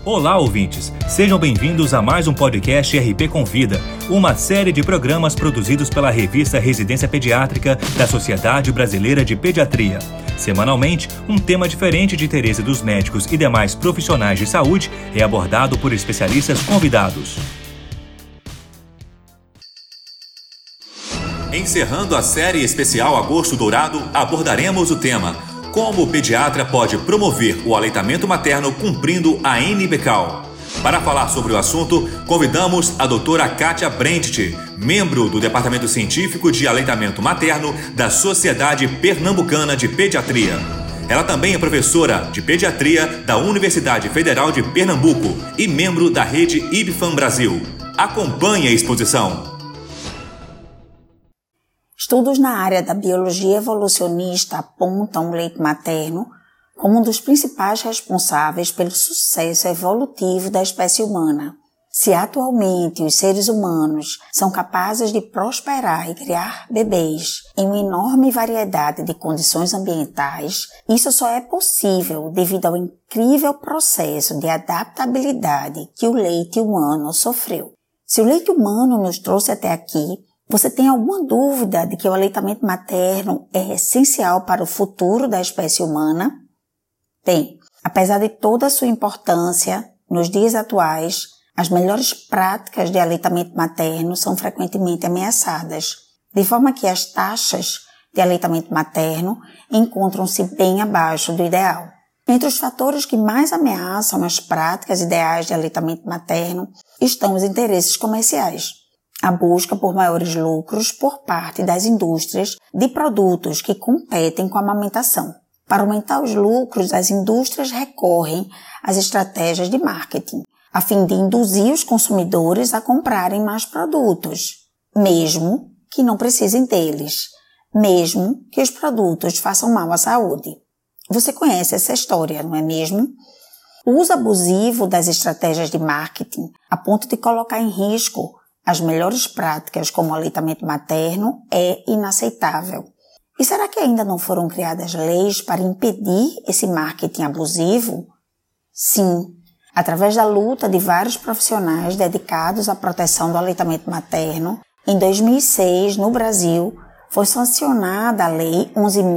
Olá, ouvintes! Sejam bem-vindos a mais um podcast RP Convida, uma série de programas produzidos pela revista Residência Pediátrica da Sociedade Brasileira de Pediatria. Semanalmente, um tema diferente de interesse dos médicos e demais profissionais de saúde é abordado por especialistas convidados. Encerrando a série especial Agosto Dourado, abordaremos o tema: como o pediatra pode promover o aleitamento materno cumprindo a NBCAL. Para falar sobre o assunto, convidamos a doutora Kátia Brendt, membro do Departamento Científico de Aleitamento Materno da Sociedade Pernambucana de Pediatria. Ela também é professora de pediatria da Universidade Federal de Pernambuco e membro da rede IBFAM Brasil. Acompanhe a exposição. Estudos na área da biologia evolucionista apontam o leite materno como um dos principais responsáveis pelo sucesso evolutivo da espécie humana. Se atualmente os seres humanos são capazes de prosperar e criar bebês em uma enorme variedade de condições ambientais, isso só é possível devido ao incrível processo de adaptabilidade que o leite humano sofreu. Se o leite humano nos trouxe até aqui, você tem alguma dúvida de que o aleitamento materno é essencial para o futuro da espécie humana? Bem, apesar de toda a sua importância, nos dias atuais, as melhores práticas de aleitamento materno são frequentemente ameaçadas, de forma que as taxas de aleitamento materno encontram-se bem abaixo do ideal. Entre os fatores que mais ameaçam as práticas ideais de aleitamento materno estão os interesses comerciais. A busca por maiores lucros por parte das indústrias de produtos que competem com a amamentação. Para aumentar os lucros, as indústrias recorrem às estratégias de marketing, a fim de induzir os consumidores a comprarem mais produtos, mesmo que não precisem deles, mesmo que os produtos façam mal à saúde. Você conhece essa história, não é mesmo? O uso abusivo das estratégias de marketing, a ponto de colocar em risco as melhores práticas como o aleitamento materno, é inaceitável. E será que ainda não foram criadas leis para impedir esse marketing abusivo? Sim, através da luta de vários profissionais dedicados à proteção do aleitamento materno, em 2006, no Brasil, foi sancionada a Lei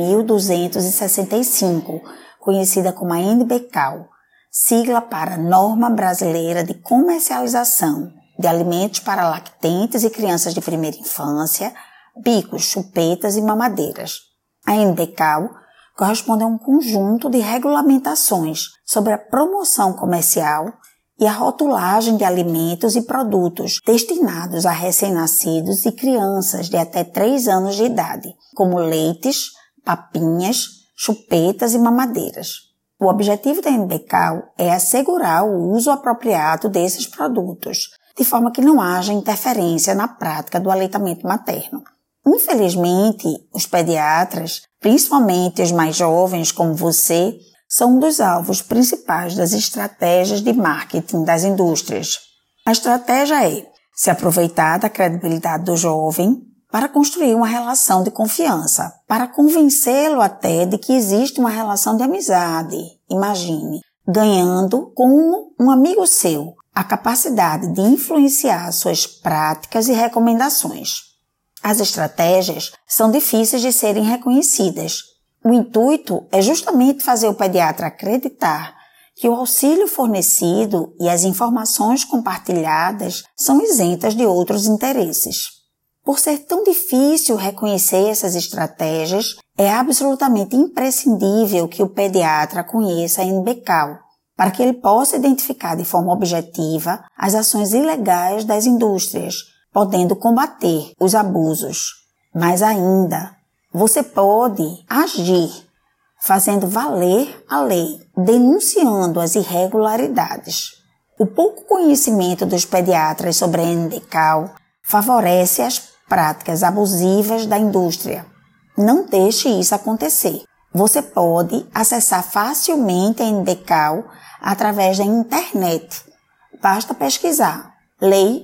11.265, conhecida como a NBCAL, sigla para Norma Brasileira de Comercialização de Alimentos para Lactentes e Crianças de Primeira Infância, bicos, chupetas e mamadeiras. A NBCAL corresponde a um conjunto de regulamentações sobre a promoção comercial e a rotulagem de alimentos e produtos destinados a recém-nascidos e crianças de até 3 anos de idade, como leites, papinhas, chupetas e mamadeiras. O objetivo da NBCAL é assegurar o uso apropriado desses produtos, de forma que não haja interferência na prática do aleitamento materno. Infelizmente, os pediatras, principalmente os mais jovens como você, são um dos alvos principais das estratégias de marketing das indústrias. A estratégia é se aproveitar da credibilidade do jovem para construir uma relação de confiança, para convencê-lo até de que existe uma relação de amizade, imagine, ganhando como um amigo seu a capacidade de influenciar suas práticas e recomendações. As estratégias são difíceis de serem reconhecidas. O intuito é justamente fazer o pediatra acreditar que o auxílio fornecido e as informações compartilhadas são isentas de outros interesses. Por ser tão difícil reconhecer essas estratégias, é absolutamente imprescindível que o pediatra conheça a NBCAL, para que ele possa identificar de forma objetiva as ações ilegais das indústrias, podendo combater os abusos. Mas ainda, você pode agir, fazendo valer a lei, denunciando as irregularidades. O pouco conhecimento dos pediatras sobre a NBCAL favorece as práticas abusivas da indústria. Não deixe isso acontecer. Você pode acessar facilmente a NBCAL através da internet. Basta pesquisar Lei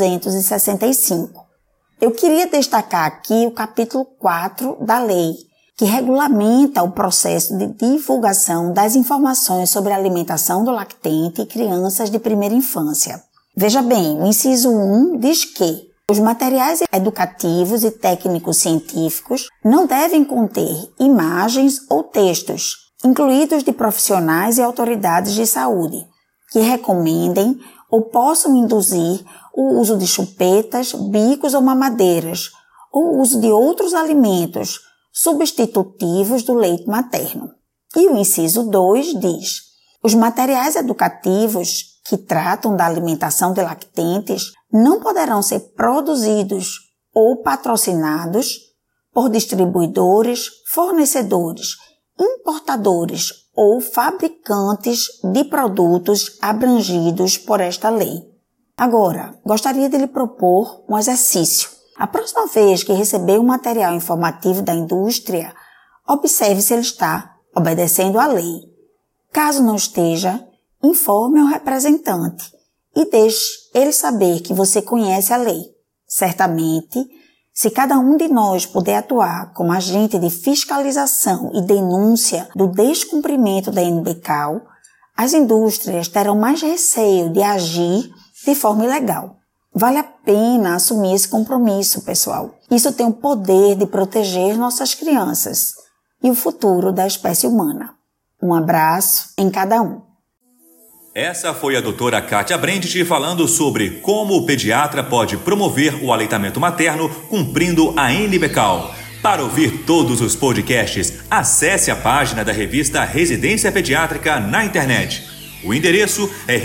11.265. Eu queria destacar aqui o capítulo 4 da lei, que regulamenta o processo de divulgação das informações sobre a alimentação do lactente e crianças de primeira infância. Veja bem, o inciso 1 diz que os materiais educativos e técnicos científicos não devem conter imagens ou textos, incluídos de profissionais e autoridades de saúde, que recomendem ou possam induzir o uso de chupetas, bicos ou mamadeiras, ou o uso de outros alimentos substitutivos do leite materno. E o inciso 2 diz: os materiais educativos que tratam da alimentação de lactentes não poderão ser produzidos ou patrocinados por distribuidores, fornecedores, importadores ou fabricantes de produtos abrangidos por esta lei. Agora, gostaria de lhe propor um exercício. A próxima vez que receber um material informativo da indústria, observe se ele está obedecendo à lei. Caso não esteja, informe ao representante e deixe ele saber que você conhece a lei. Certamente, se cada um de nós puder atuar como agente de fiscalização e denúncia do descumprimento da NBCAL, as indústrias terão mais receio de agir de forma ilegal. Vale a pena assumir esse compromisso, pessoal. Isso tem o poder de proteger nossas crianças e o futuro da espécie humana. Um abraço em cada um. Essa foi a doutora Kátia Brendt falando sobre como o pediatra pode promover o aleitamento materno cumprindo a NBCAL. Para ouvir todos os podcasts, acesse a página da revista Residência Pediátrica na internet. O endereço é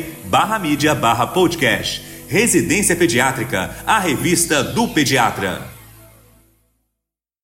residenciapediatrica.com.br/mídia/podcast. Residência Pediátrica, a revista do pediatra.